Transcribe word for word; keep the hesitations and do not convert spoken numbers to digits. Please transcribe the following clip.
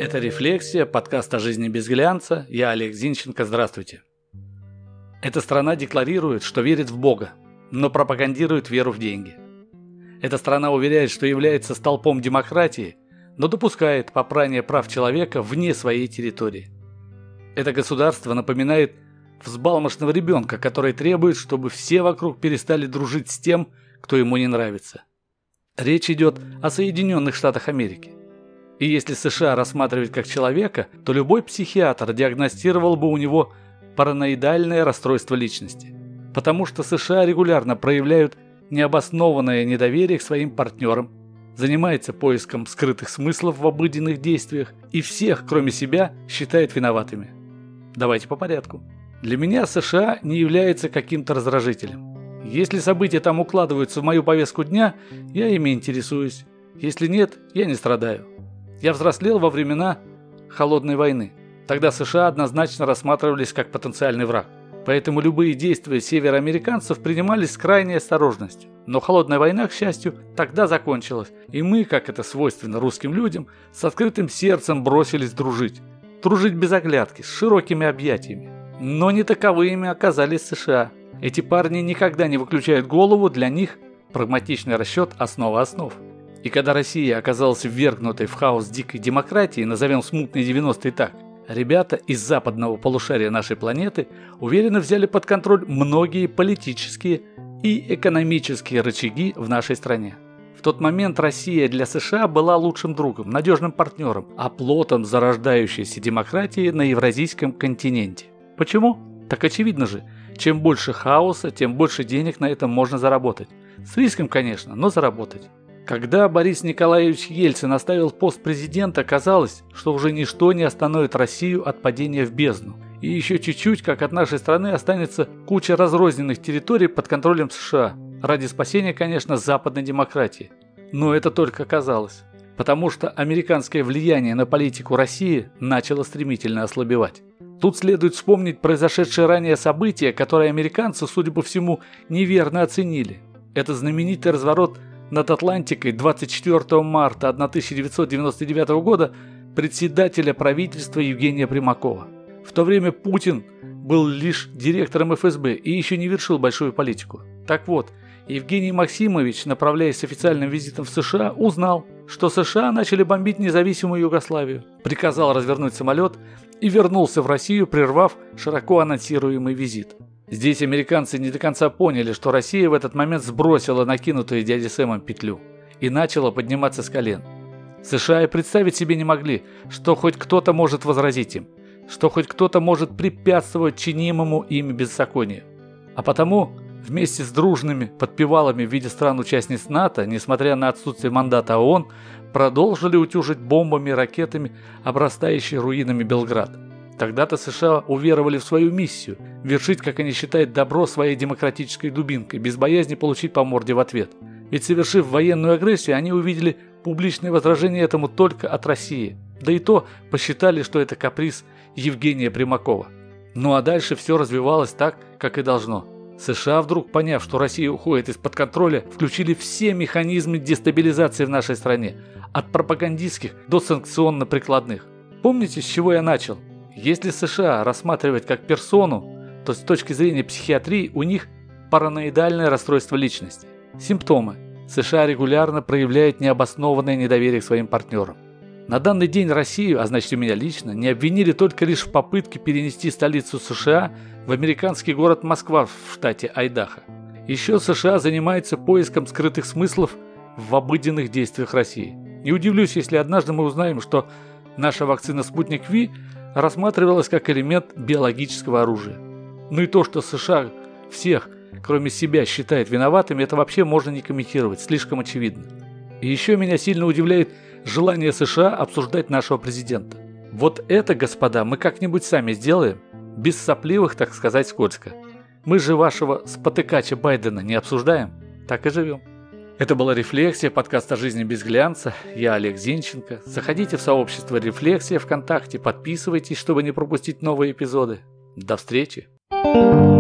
Это «Рефлексия», подкаст о жизни без глянца. Я Олег Зинченко, здравствуйте. Эта страна декларирует, что верит в Бога, но пропагандирует веру в деньги. Эта страна уверяет, что является столпом демократии, но допускает попрание прав человека вне своей территории. Это государство напоминает взбалмошного ребенка, который требует, чтобы все вокруг перестали дружить с тем, кто ему не нравится. Речь идет о Соединенных Штатах Америки. И если США рассматривать как человека, то любой психиатр диагностировал бы у него параноидальное расстройство личности. Потому что США регулярно проявляют необоснованное недоверие к своим партнерам, занимается поиском скрытых смыслов в обыденных действиях и всех, кроме себя, считает виноватыми. Давайте по порядку. Для меня США не является каким-то раздражителем. Если события там укладываются в мою повестку дня, я ими интересуюсь. Если нет, я не страдаю. Я взрослел во времена Холодной войны. Тогда США однозначно рассматривались как потенциальный враг. Поэтому любые действия североамериканцев принимались с крайней осторожностью. Но Холодная война, к счастью, тогда закончилась. И мы, как это свойственно русским людям, с открытым сердцем бросились дружить. Дружить без оглядки, с широкими объятиями. Но не таковыми оказались США. Эти парни никогда не выключают голову, для них прагматичный расчет – основа основ. И когда Россия оказалась ввергнутой в хаос дикой демократии, назовем смутные девяностые так, ребята из западного полушария нашей планеты уверенно взяли под контроль многие политические и экономические рычаги в нашей стране. В тот момент Россия для США была лучшим другом, надежным партнером, оплотом зарождающейся демократии на Евразийском континенте. Почему? Так очевидно же, чем больше хаоса, тем больше денег на этом можно заработать. С риском, конечно, но заработать. Когда Борис Николаевич Ельцин оставил пост президента, казалось, что уже ничто не остановит Россию от падения в бездну. И еще чуть-чуть, как от нашей страны останется куча разрозненных территорий под контролем США. Ради спасения, конечно, западной демократии. Но это только казалось. Потому что американское влияние на политику России начало стремительно ослабевать. Тут следует вспомнить произошедшее ранее событие, которое американцы, судя по всему, неверно оценили. Это знаменитый разворот над Атлантикой двадцать четвёртого марта тысяча девятьсот девяносто девятого года председателя правительства Евгения Примакова. В то время Путин был лишь директором эф эс бэ и еще не вершил большую политику. Так вот, Евгений Максимович, направляясь с официальным визитом в США, узнал, что США начали бомбить независимую Югославию, приказал развернуть самолет и вернулся в Россию, прервав широко анонсируемый визит. Здесь американцы не до конца поняли, что Россия в этот момент сбросила накинутую дядей Сэмом петлю и начала подниматься с колен. США и представить себе не могли, что хоть кто-то может возразить им, что хоть кто-то может препятствовать чинимому ими беззаконию. А потому вместе с дружными подпевалами в виде стран-участниц НАТО, несмотря на отсутствие мандата ООН, продолжили утюжить бомбами и ракетами обрастающий руинами Белград. Тогда-то США уверовали в свою миссию – вершить, как они считают, добро своей демократической дубинкой, без боязни получить по морде в ответ. Ведь совершив военную агрессию, они увидели публичное возражение этому только от России. Да и то посчитали, что это каприз Евгения Примакова. Ну а дальше все развивалось так, как и должно. США, вдруг поняв, что Россия уходит из-под контроля, включили все механизмы дестабилизации в нашей стране, от пропагандистских до санкционно-прикладных. Помните, с чего я начал? Если США рассматривать как персону, то с точки зрения психиатрии у них параноидальное расстройство личности. Симптомы. США регулярно проявляют необоснованное недоверие к своим партнерам. На данный день Россию, а значит и меня лично, не обвинили только лишь в попытке перенести столицу США в американский город Москва в штате Айдахо. Еще США занимается поиском скрытых смыслов в обыденных действиях России. Не удивлюсь, если однажды мы узнаем, что наша вакцина «Спутник Ви» рассматривалась как элемент биологического оружия. Ну и то, что США всех, кроме себя, считает виноватыми, это вообще можно не комментировать, слишком очевидно. И еще меня сильно удивляет желание США обсуждать нашего президента. Вот это, господа, мы как-нибудь сами сделаем, без сопливых, так сказать, скользко. Мы же вашего спотыкача Байдена не обсуждаем, так и живем. Это была «Рефлексия», подкаст о жизни без глянца. Я Олег Зинченко. Заходите в сообщество «Рефлексия» ВКонтакте, подписывайтесь, чтобы не пропустить новые эпизоды. До встречи!